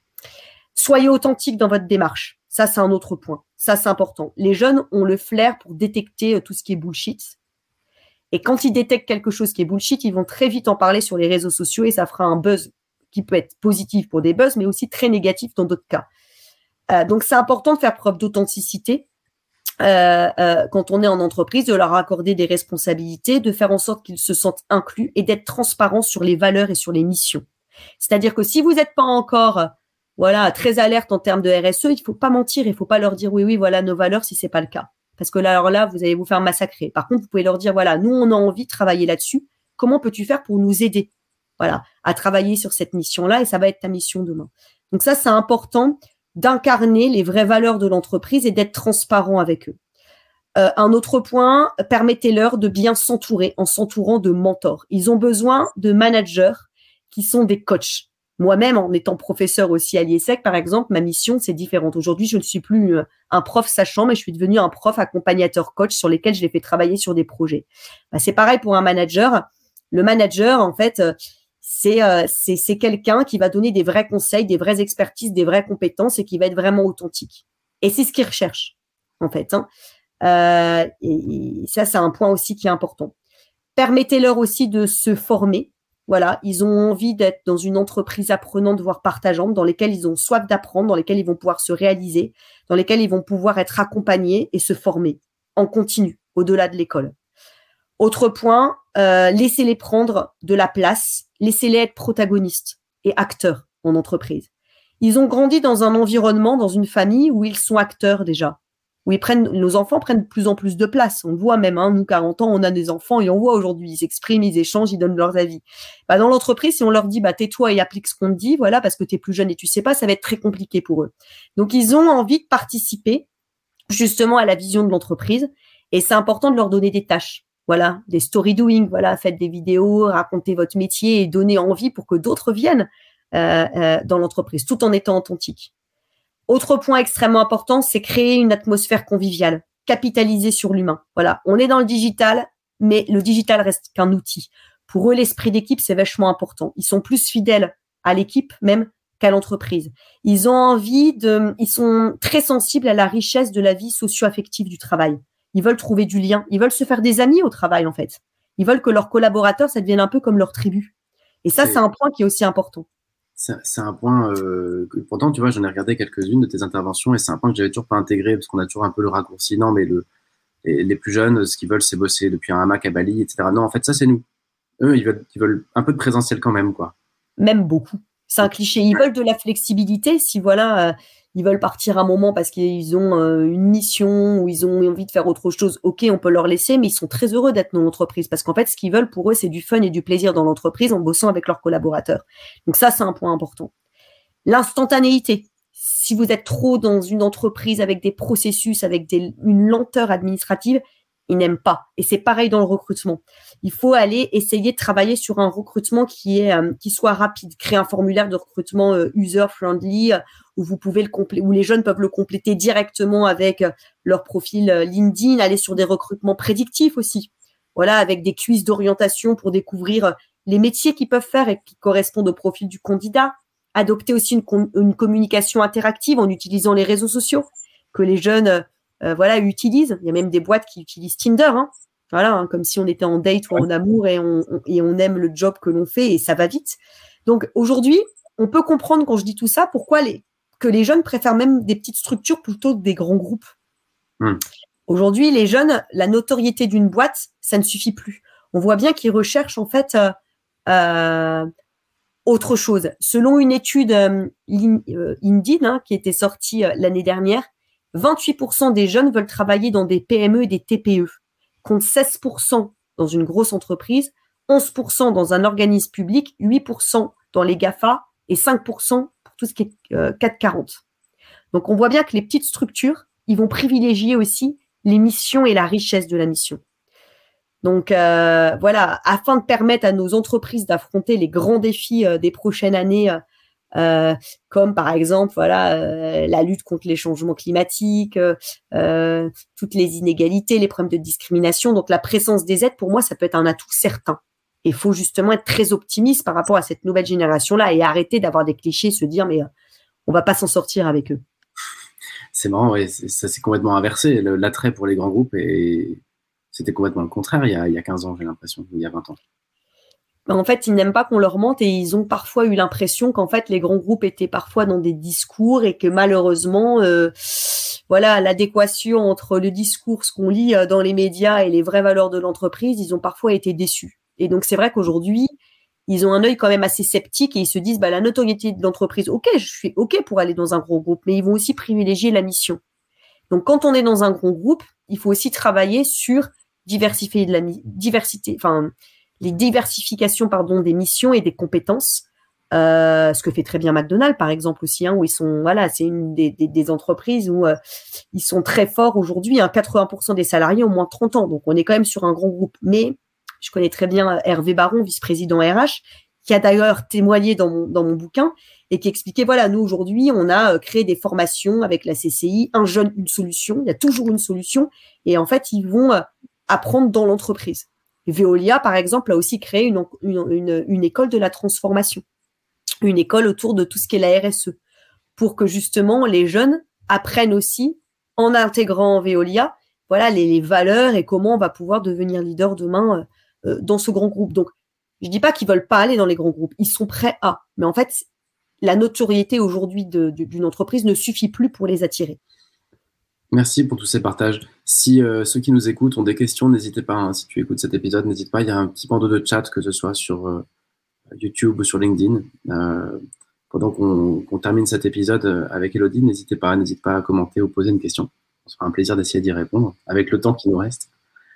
Soyez authentique dans votre démarche. Ça, c'est un autre point. Ça, c'est important. Les jeunes ont le flair pour détecter tout ce qui est bullshit. Et quand ils détectent quelque chose qui est bullshit, ils vont très vite en parler sur les réseaux sociaux et ça fera un buzz qui peut être positif pour des buzz, mais aussi très négatif dans d'autres cas. Euh, donc, c'est important de faire preuve d'authenticité euh, euh, quand on est en entreprise, de leur accorder des responsabilités, de faire en sorte qu'ils se sentent inclus et d'être transparent sur les valeurs et sur les missions. C'est-à-dire que si vous n'êtes pas encore voilà, très alerte en termes de R S E, il faut pas mentir, il faut pas leur dire oui, oui, voilà nos valeurs si c'est pas le cas. Parce que là, alors là, vous allez vous faire massacrer. Par contre, vous pouvez leur dire, voilà, nous, on a envie de travailler là-dessus. Comment peux-tu faire pour nous aider, voilà, à travailler sur cette mission-là et ça va être ta mission demain. Donc ça, c'est important d'incarner les vraies valeurs de l'entreprise et d'être transparent avec eux. Euh, un autre point, permettez-leur de bien s'entourer en s'entourant de mentors. Ils ont besoin de managers qui sont des coachs. Moi-même, en étant professeur aussi à l'I E S E C, par exemple, ma mission, c'est différente. Aujourd'hui, je ne suis plus un prof sachant, mais je suis devenu un prof accompagnateur coach sur lesquels je les fais travailler sur des projets. Bah, c'est pareil pour un manager. Le manager, en fait, c'est, euh, c'est, c'est quelqu'un qui va donner des vrais conseils, des vraies expertises, des vraies compétences et qui va être vraiment authentique. Et c'est ce qu'ils recherchent, en fait. Hein. Euh, et, et ça, c'est un point aussi qui est important. Permettez-leur aussi de se former. Voilà, ils ont envie d'être dans une entreprise apprenante, voire partageante, dans lesquelles ils ont soif d'apprendre, dans lesquelles ils vont pouvoir se réaliser, dans lesquelles ils vont pouvoir être accompagnés et se former en continu, au-delà de l'école. Autre point, euh, laissez-les prendre de la place, laissez-les être protagonistes et acteurs en entreprise. Ils ont grandi dans un environnement, dans une famille où ils sont acteurs déjà. Où ils prennent, nos enfants prennent de plus en plus de place. On le voit même, hein, nous, quarante ans, on a des enfants et on voit aujourd'hui, ils s'expriment, ils échangent, ils donnent leurs avis. Bah, dans l'entreprise, si on leur dit, bah, tais-toi et applique ce qu'on te dit, voilà, parce que t'es plus jeune et tu sais pas, ça va être très compliqué pour eux. Donc, ils ont envie de participer, justement, à la vision de l'entreprise et c'est important de leur donner des tâches. Voilà, des story doing, voilà, faites des vidéos, racontez votre métier et donnez envie pour que d'autres viennent euh, euh, dans l'entreprise, tout en étant authentiques. Autre point extrêmement important, c'est créer une atmosphère conviviale, capitaliser sur l'humain. Voilà, on est dans le digital, mais le digital reste qu'un outil. Pour eux, l'esprit d'équipe, c'est vachement important. Ils sont plus fidèles à l'équipe même qu'à l'entreprise. Ils ont envie de, ils sont très sensibles à la richesse de la vie socio-affective du travail. Ils veulent trouver du lien. Ils veulent se faire des amis au travail, en fait. Ils veulent que leurs collaborateurs, ça devienne un peu comme leur tribu. Et ça, c'est, c'est un point qui est aussi important. C'est, c'est un point euh, que, pourtant, tu vois, j'en ai regardé quelques-unes de tes interventions et c'est un point que j'avais toujours pas intégré parce qu'on a toujours un peu le raccourci. Non, mais le, les, les plus jeunes, ce qu'ils veulent, c'est bosser depuis un hamac à Bali, et cetera. Non, en fait, ça, c'est nous. Eux, ils veulent, ils veulent un peu de présentiel quand même, quoi. Même beaucoup. C'est un cliché. Ils veulent de la flexibilité. Si voilà, euh, ils veulent partir un moment parce qu'ils ont euh, une mission ou ils ont envie de faire autre chose, ok, on peut leur laisser, mais ils sont très heureux d'être dans l'entreprise parce qu'en fait, ce qu'ils veulent pour eux, c'est du fun et du plaisir dans l'entreprise en bossant avec leurs collaborateurs. Donc ça, c'est un point important. L'instantanéité. Si vous êtes trop dans une entreprise avec des processus, avec des, une lenteur administrative, ils n'aiment pas. Et c'est pareil dans le recrutement. Il faut aller essayer de travailler sur un recrutement qui est euh, qui soit rapide. Créer un formulaire de recrutement euh, user-friendly euh, où vous pouvez le complé- où les jeunes peuvent le compléter directement avec euh, leur profil euh, LinkedIn. Aller sur des recrutements prédictifs aussi. Voilà, avec des quiz d'orientation pour découvrir euh, les métiers qu'ils peuvent faire et qui correspondent au profil du candidat. Adopter aussi une, com- une communication interactive en utilisant les réseaux sociaux que les jeunes euh, Euh, voilà, utilisent. Il y a même des boîtes qui utilisent Tinder, hein. Voilà, hein, comme si on était en date ou en amour et on, on, et on aime le job que l'on fait et ça va vite. Donc aujourd'hui, on peut comprendre quand je dis tout ça pourquoi les, que les jeunes préfèrent même des petites structures plutôt que des grands groupes. Mmh. Aujourd'hui, les jeunes, la notoriété d'une boîte, ça ne suffit plus. On voit bien qu'ils recherchent en fait euh, euh, autre chose. Selon une étude euh, Indeed hein, qui était sortie euh, l'année dernière, vingt-huit pour cent des jeunes veulent travailler dans des P M E et des T P E, contre seize pour cent dans une grosse entreprise, onze pour cent dans un organisme public, huit pour cent dans les GAFA et cinq pour cent pour tout ce qui est euh, quatre quarante. Donc, on voit bien que les petites structures, ils vont privilégier aussi les missions et la richesse de la mission. Donc, euh, voilà, afin de permettre à nos entreprises d'affronter les grands défis euh, des prochaines années, euh, euh, comme par exemple, voilà, euh, la lutte contre les changements climatiques, euh, toutes les inégalités, les problèmes de discrimination. Donc, la présence des aides, pour moi, ça peut être un atout certain. Il faut justement être très optimiste par rapport à cette nouvelle génération-là et arrêter d'avoir des clichés, se dire, mais euh, on va pas s'en sortir avec eux. C'est marrant, ouais, ça s'est complètement inversé. Le, l'attrait pour les grands groupes, et c'était complètement le contraire il y a, il y a quinze ans, j'ai l'impression, il y a vingt ans. En fait, ils n'aiment pas qu'on leur mente et ils ont parfois eu l'impression qu'en fait, les grands groupes étaient parfois dans des discours et que malheureusement, euh, voilà, l'adéquation entre le discours, ce qu'on lit dans les médias et les vraies valeurs de l'entreprise, ils ont parfois été déçus. Et donc, c'est vrai qu'aujourd'hui, ils ont un œil quand même assez sceptique et ils se disent, bah, la notoriété de l'entreprise, ok, je suis ok pour aller dans un gros groupe, mais ils vont aussi privilégier la mission. Donc, quand on est dans un gros groupe, il faut aussi travailler sur diversifier de la diversité, enfin, les diversifications, pardon, des missions et des compétences. Euh, ce que fait très bien McDonald's, par exemple, aussi, hein, où ils sont, voilà, c'est une des, des, des entreprises où euh, ils sont très forts aujourd'hui. Hein, quatre-vingts pour cent des salariés ont moins de trente ans. Donc, on est quand même sur un grand groupe. Mais je connais très bien Hervé Baron, vice-président R H, qui a d'ailleurs témoigné dans mon, dans mon bouquin et qui expliquait, voilà, nous, aujourd'hui, on a créé des formations avec la C C I, un jeune, une solution. Il y a toujours une solution. Et en fait, ils vont euh, apprendre dans l'entreprise. Veolia, par exemple, a aussi créé une, une, une, une école de la transformation, une école autour de tout ce qui est la R S E, pour que justement les jeunes apprennent aussi, en intégrant Veolia, voilà, les, les valeurs et comment on va pouvoir devenir leader demain euh, dans ce grand groupe. Donc, je dis pas qu'ils veulent pas aller dans les grands groupes, ils sont prêts à, mais en fait, la notoriété aujourd'hui de, de, d'une entreprise ne suffit plus pour les attirer. Merci pour tous ces partages. Si euh, ceux qui nous écoutent ont des questions, n'hésitez pas. Hein, si tu écoutes cet épisode, n'hésite pas. Il y a un petit bandeau de chat, que ce soit sur euh, YouTube ou sur LinkedIn. Euh, pendant qu'on, qu'on termine cet épisode avec Elodie, n'hésitez pas, n'hésite pas à commenter ou poser une question. Ce sera un plaisir d'essayer d'y répondre avec le temps qui nous reste.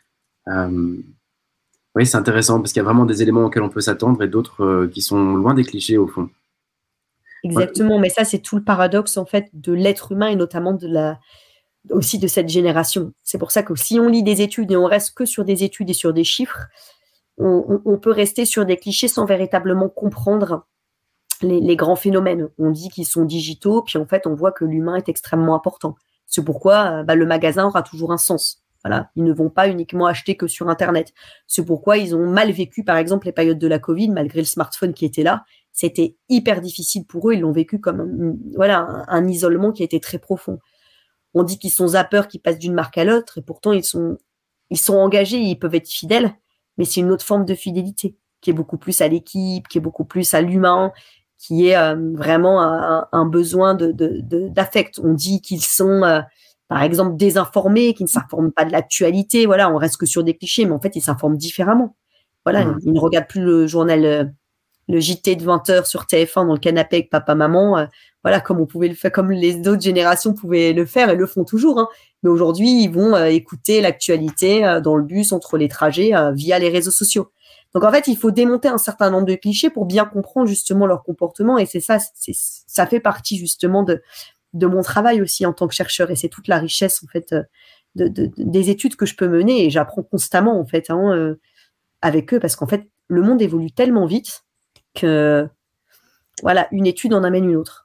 Euh, oui, c'est intéressant parce qu'il y a vraiment des éléments auxquels on peut s'attendre et d'autres euh, qui sont loin des clichés au fond. Exactement, ouais. Mais ça, c'est tout le paradoxe en fait de l'être humain et notamment de la aussi de cette génération. C'est pour ça que si on lit des études et on reste que sur des études et sur des chiffres, on, on, on peut rester sur des clichés sans véritablement comprendre les, les grands phénomènes. On dit qu'ils sont digitaux, puis en fait, on voit que l'humain est extrêmement important. C'est pourquoi bah, le magasin aura toujours un sens. Voilà, ils ne vont pas uniquement acheter que sur Internet. C'est pourquoi ils ont mal vécu, par exemple, les périodes de la Covid, malgré le smartphone qui était là. C'était hyper difficile pour eux. Ils l'ont vécu comme un, voilà, un, un isolement qui a été très profond. On dit qu'ils sont zappeurs, qui passent d'une marque à l'autre, et pourtant ils sont, ils sont engagés, ils peuvent être fidèles, mais c'est une autre forme de fidélité, qui est beaucoup plus à l'équipe, qui est beaucoup plus à l'humain, qui est euh, vraiment un, un besoin de, de, de, d'affect. On dit qu'ils sont, euh, par exemple, désinformés, qu'ils ne s'informent pas de l'actualité. Voilà, on reste que sur des clichés, mais en fait, ils s'informent différemment. Voilà, mmh. Ils ne regardent plus le journal, euh, le J T de vingt heures sur T F un dans le canapé avec papa, maman. Euh, Voilà, comme on pouvait le faire, comme les autres générations pouvaient le faire et le font toujours. Hein. Mais aujourd'hui, ils vont euh, écouter l'actualité euh, dans le bus, entre les trajets, euh, via les réseaux sociaux. Donc, en fait, il faut démonter un certain nombre de clichés pour bien comprendre justement leur comportement. Et c'est ça, c'est, ça fait partie justement de, de mon travail aussi en tant que chercheur. Et c'est toute la richesse, en fait, de, de, de, des études que je peux mener. Et j'apprends constamment, en fait, hein, euh, avec eux, parce qu'en fait, le monde évolue tellement vite que, voilà, une étude en amène une autre.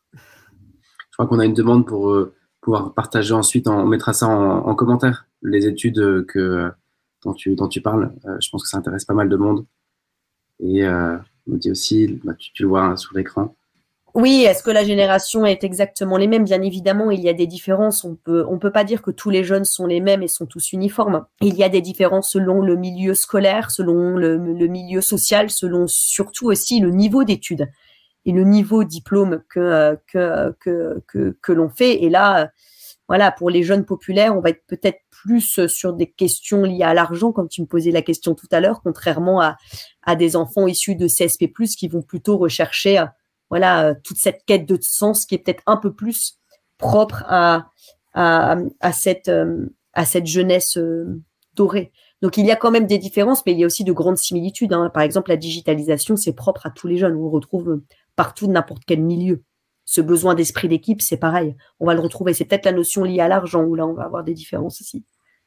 Je crois qu'on a une demande pour euh, pouvoir partager ensuite, en, on mettra ça en, en commentaire, les études que, dont, tu, dont tu parles. Euh, je pense que ça intéresse pas mal de monde. Et euh, on me dit aussi, bah, tu, tu le vois hein, sur l'écran. Oui, est-ce que la génération est exactement les mêmes ? Bien évidemment, il y a des différences. On peut, on peut pas dire que tous les jeunes sont les mêmes et sont tous uniformes. Il y a des différences selon le milieu scolaire, selon le, le milieu social, selon surtout aussi le niveau d'études et le niveau diplôme que que que que, que l'on fait. Et là, voilà, pour les jeunes populaires, on va être peut-être plus sur des questions liées à l'argent, comme tu me posais la question tout à l'heure, contrairement à à des enfants issus de C S P plus, qui vont plutôt rechercher, voilà, toute cette quête de sens qui est peut-être un peu plus propre à à à cette à cette jeunesse dorée. Donc, il y a quand même des différences, mais il y a aussi de grandes similitudes. Hein. Par exemple, la digitalisation, c'est propre à tous les jeunes. On le retrouve partout, de n'importe quel milieu. ce besoin d'esprit d'équipe, c'est pareil. On va le retrouver. C'est peut-être la notion liée à l'argent où là, on va avoir des différences aussi.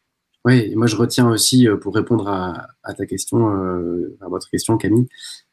Oui, moi je retiens aussi, pour répondre à, à ta question, euh, à votre question, Camille,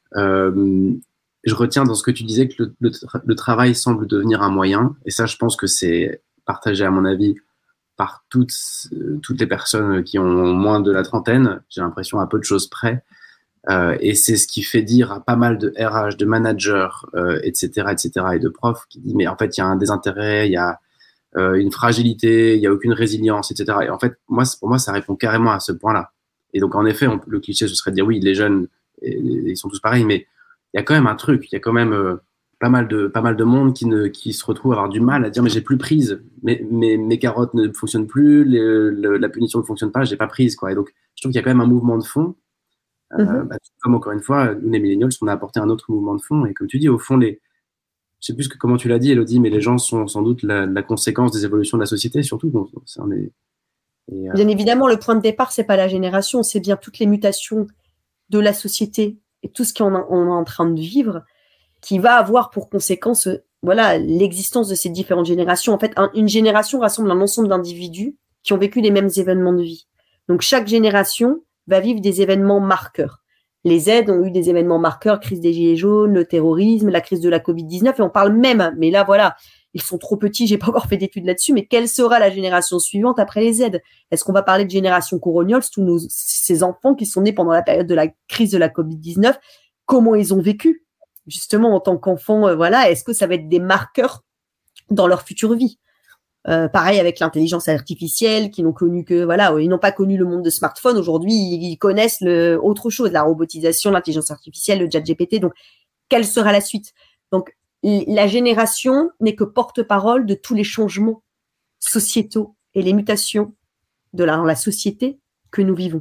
euh, je retiens dans ce que tu disais que le, le, le travail semble devenir un moyen, et ça, je pense que c'est partagé, à mon avis, par toutes, euh, toutes les personnes qui ont moins de la trentaine, j'ai l'impression à peu de choses près, euh, et c'est ce qui fait dire à pas mal de R H, de managers, euh, et cetera, et cetera, et de profs qui disent, mais en fait, il y a un désintérêt, il y a euh, une fragilité, il n'y a aucune résilience, et cetera. Et en fait, moi, pour moi, ça répond carrément à ce point-là. Et donc, en effet, on, le cliché, ce serait de dire, oui, les jeunes, et, et, ils sont tous pareils, mais il y a quand même un truc, il y a quand même euh, pas mal de pas mal de monde qui ne qui se retrouve à avoir du mal à dire mais j'ai plus prise, mes mes mes carottes ne fonctionnent plus, les, le, la punition ne fonctionne pas, j'ai pas prise quoi. Et donc je trouve qu'il y a quand même un mouvement de fond. Euh, mm-hmm. bah, comme encore une fois, nous les millennials, on a apporté un autre mouvement de fond. Et comme tu dis, au fond, les je sais plus que, comment tu l'as dit, Elodie, mais les gens sont sans doute la, la conséquence des évolutions de la société, surtout. Donc, ça en est, et, euh... Bien évidemment, le point de départ, c'est pas la génération, c'est bien toutes les mutations de la société et tout ce qu'on est en train de vivre qui va avoir pour conséquence, voilà, l'existence de ces différentes générations. En fait, un, une génération rassemble un ensemble d'individus qui ont vécu les mêmes événements de vie. Donc, chaque génération va vivre des événements marqueurs. Les Z ont eu des événements marqueurs, crise des gilets jaunes, le terrorisme, la crise de la covid dix-neuf, et on parle même, mais là, voilà, ils sont trop petits, j'ai pas encore fait d'études là-dessus, mais quelle sera la génération suivante après les Z? Est-ce qu'on va parler de génération Corognols, tous nos, ces enfants qui sont nés pendant la période de la crise de la covid dix-neuf, comment ils ont vécu? Justement, en tant qu'enfants, euh, voilà, est-ce que ça va être des marqueurs dans leur future vie? Euh, pareil avec l'intelligence artificielle, qui n'ont connu que, voilà, ils n'ont pas connu le monde de smartphone. Aujourd'hui, ils connaissent le, autre chose, la robotisation, l'intelligence artificielle, le chat G P T. Donc, quelle sera la suite? Donc, la génération n'est que porte-parole de tous les changements sociétaux et les mutations de la, la société que nous vivons.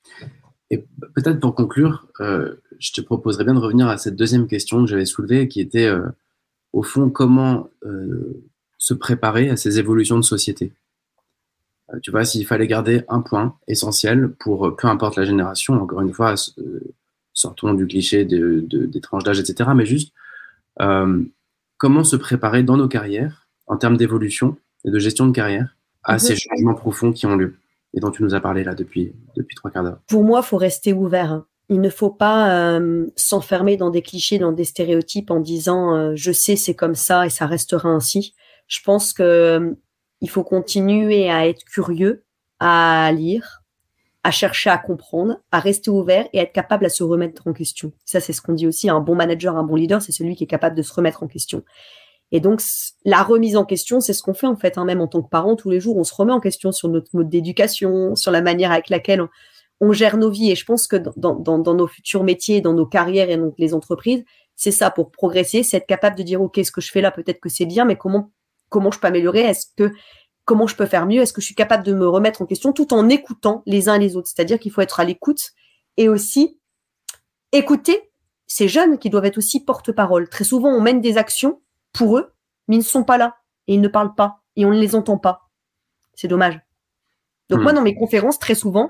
Et peut-être pour conclure, euh, je te proposerais bien de revenir à cette deuxième question que j'avais soulevée, qui était, euh, au fond, comment euh, se préparer à ces évolutions de société. Euh, tu vois, s'il fallait garder un point essentiel pour, peu importe la génération, encore une fois, euh, sortons du cliché de, de, des tranches d'âge, et cetera, mais juste, euh, comment se préparer dans nos carrières, en termes d'évolution et de gestion de carrière, à mmh. ces changements profonds qui ont lieu et dont tu nous as parlé là depuis, depuis trois quarts d'heure. Pour moi, il faut rester ouvert. Il ne faut pas euh, s'enfermer dans des clichés, dans des stéréotypes en disant euh, « je sais, c'est comme ça et ça restera ainsi ». Je pense que euh, il faut continuer à être curieux, à lire, à chercher à comprendre, à rester ouvert et à être capable à se remettre en question. Ça, c'est ce qu'on dit aussi, un bon manager, un bon leader, c'est celui qui est capable de se remettre en question. Et donc, la remise en question, c'est ce qu'on fait en fait, hein, même en tant que parent, tous les jours, on se remet en question sur notre mode d'éducation, sur la manière avec laquelle on, on gère nos vies. Et je pense que dans, dans, dans nos futurs métiers, dans nos carrières et donc les entreprises, c'est ça, pour progresser, c'est être capable de dire, OK, ce que je fais là, peut-être que c'est bien, mais comment, comment je peux améliorer? Est-ce que, comment je peux faire mieux? Est-ce que je suis capable de me remettre en question tout en écoutant les uns les autres? C'est-à-dire qu'il faut être à l'écoute et aussi écouter ces jeunes qui doivent être aussi porte-parole. Très souvent, on mène des actions pour eux, mais ils ne sont pas là et ils ne parlent pas et on ne les entend pas. C'est dommage. Donc mmh. moi, dans mes conférences, très souvent,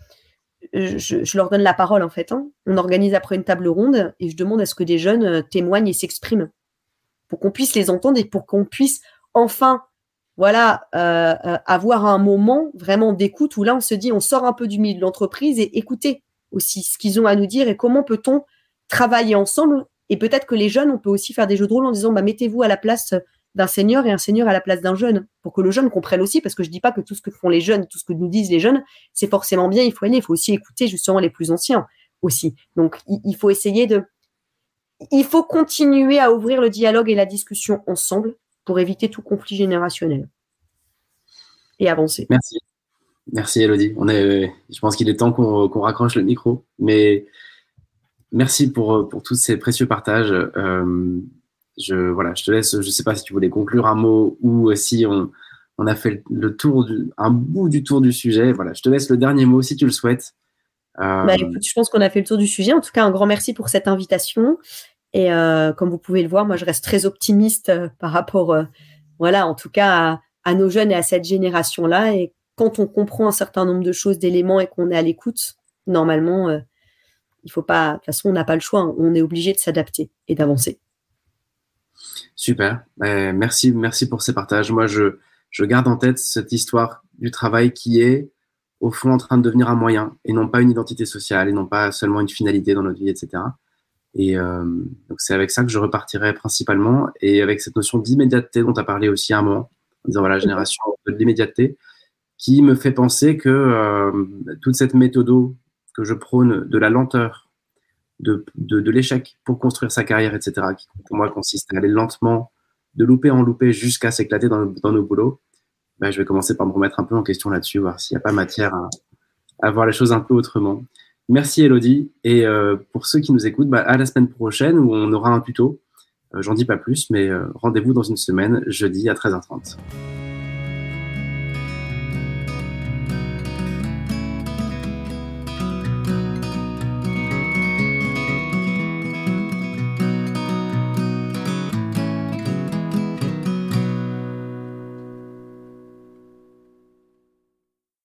je, je leur donne la parole en fait. Hein. On organise après une table ronde et je demande à ce que des jeunes témoignent et s'expriment pour qu'on puisse les entendre et pour qu'on puisse enfin, voilà, euh, euh, avoir un moment vraiment d'écoute où là, on se dit, on sort un peu du milieu de l'entreprise et écouter aussi ce qu'ils ont à nous dire et comment peut-on travailler ensemble. Et peut-être que les jeunes, on peut aussi faire des jeux de rôle en disant, bah, mettez-vous à la place d'un senior et un senior à la place d'un jeune, pour que le jeune comprenne aussi, parce que je dis pas que tout ce que font les jeunes, tout ce que nous disent les jeunes, c'est forcément bien, il faut aller, il faut aussi écouter justement les plus anciens aussi. Donc, il, il faut essayer de, il faut continuer à ouvrir le dialogue et la discussion ensemble pour éviter tout conflit générationnel et avancer. Merci. Merci Elodie. On est, je pense qu'il est temps qu'on, qu'on raccroche le micro, mais merci pour, pour tous ces précieux partages. Euh, je, voilà, je te laisse, je ne sais pas si tu voulais conclure un mot ou si on, on a fait le tour, du, un bout du tour du sujet. Voilà, je te laisse le dernier mot si tu le souhaites. Euh... Bah, écoute, je pense qu'on a fait le tour du sujet. En tout cas, un grand merci pour cette invitation. Et euh, comme vous pouvez le voir, moi, je reste très optimiste euh, par rapport, euh, voilà, en tout cas, à, à nos jeunes et à cette génération-là. Et quand on comprend un certain nombre de choses, d'éléments et qu'on est à l'écoute, normalement, euh, il faut pas. De toute façon, on n'a pas le choix. Hein, on est obligé de s'adapter et d'avancer. Super. Euh, merci, merci pour ces partages. Moi, je, je garde en tête cette histoire du travail qui est, au fond, en train de devenir un moyen et non pas une identité sociale et non pas seulement une finalité dans notre vie, et cetera. Et euh, donc, c'est avec ça que je repartirai principalement et avec cette notion d'immédiateté dont tu as parlé aussi à un moment, en disant, voilà, génération de l'immédiateté, qui me fait penser que euh, toute cette méthode que je prône de la lenteur, de, de, de l'échec pour construire sa carrière, et cetera, qui pour moi consiste à aller lentement, de louper en louper jusqu'à s'éclater dans, dans nos boulots, ben, je vais commencer par me remettre un peu en question là-dessus, voir s'il n'y a pas matière à, à voir les choses un peu autrement. Merci Elodie, et euh, pour ceux qui nous écoutent, bah, à la semaine prochaine où on aura un tuto. Euh, j'en dis pas plus, mais euh, rendez-vous dans une semaine, jeudi à treize heures trente.